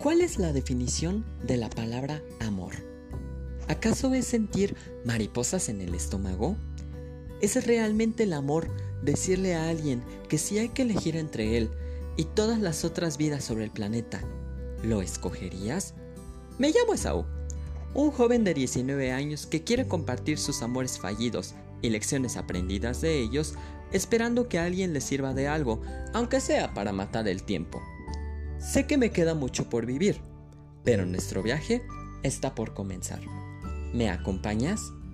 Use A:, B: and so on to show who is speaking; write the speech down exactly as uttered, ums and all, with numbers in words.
A: ¿Cuál es la definición de la palabra amor? ¿Acaso es sentir mariposas en el estómago? ¿Es realmente el amor decirle a alguien que si hay que elegir entre él y todas las otras vidas sobre el planeta, lo escogerías? Me llamo Esaú, un joven de diecinueve años que quiere compartir sus amores fallidos y lecciones aprendidas de ellos, esperando que a alguien le sirva de algo, aunque sea para matar el tiempo. Sé que me queda mucho por vivir, pero nuestro viaje está por comenzar. ¿Me acompañas?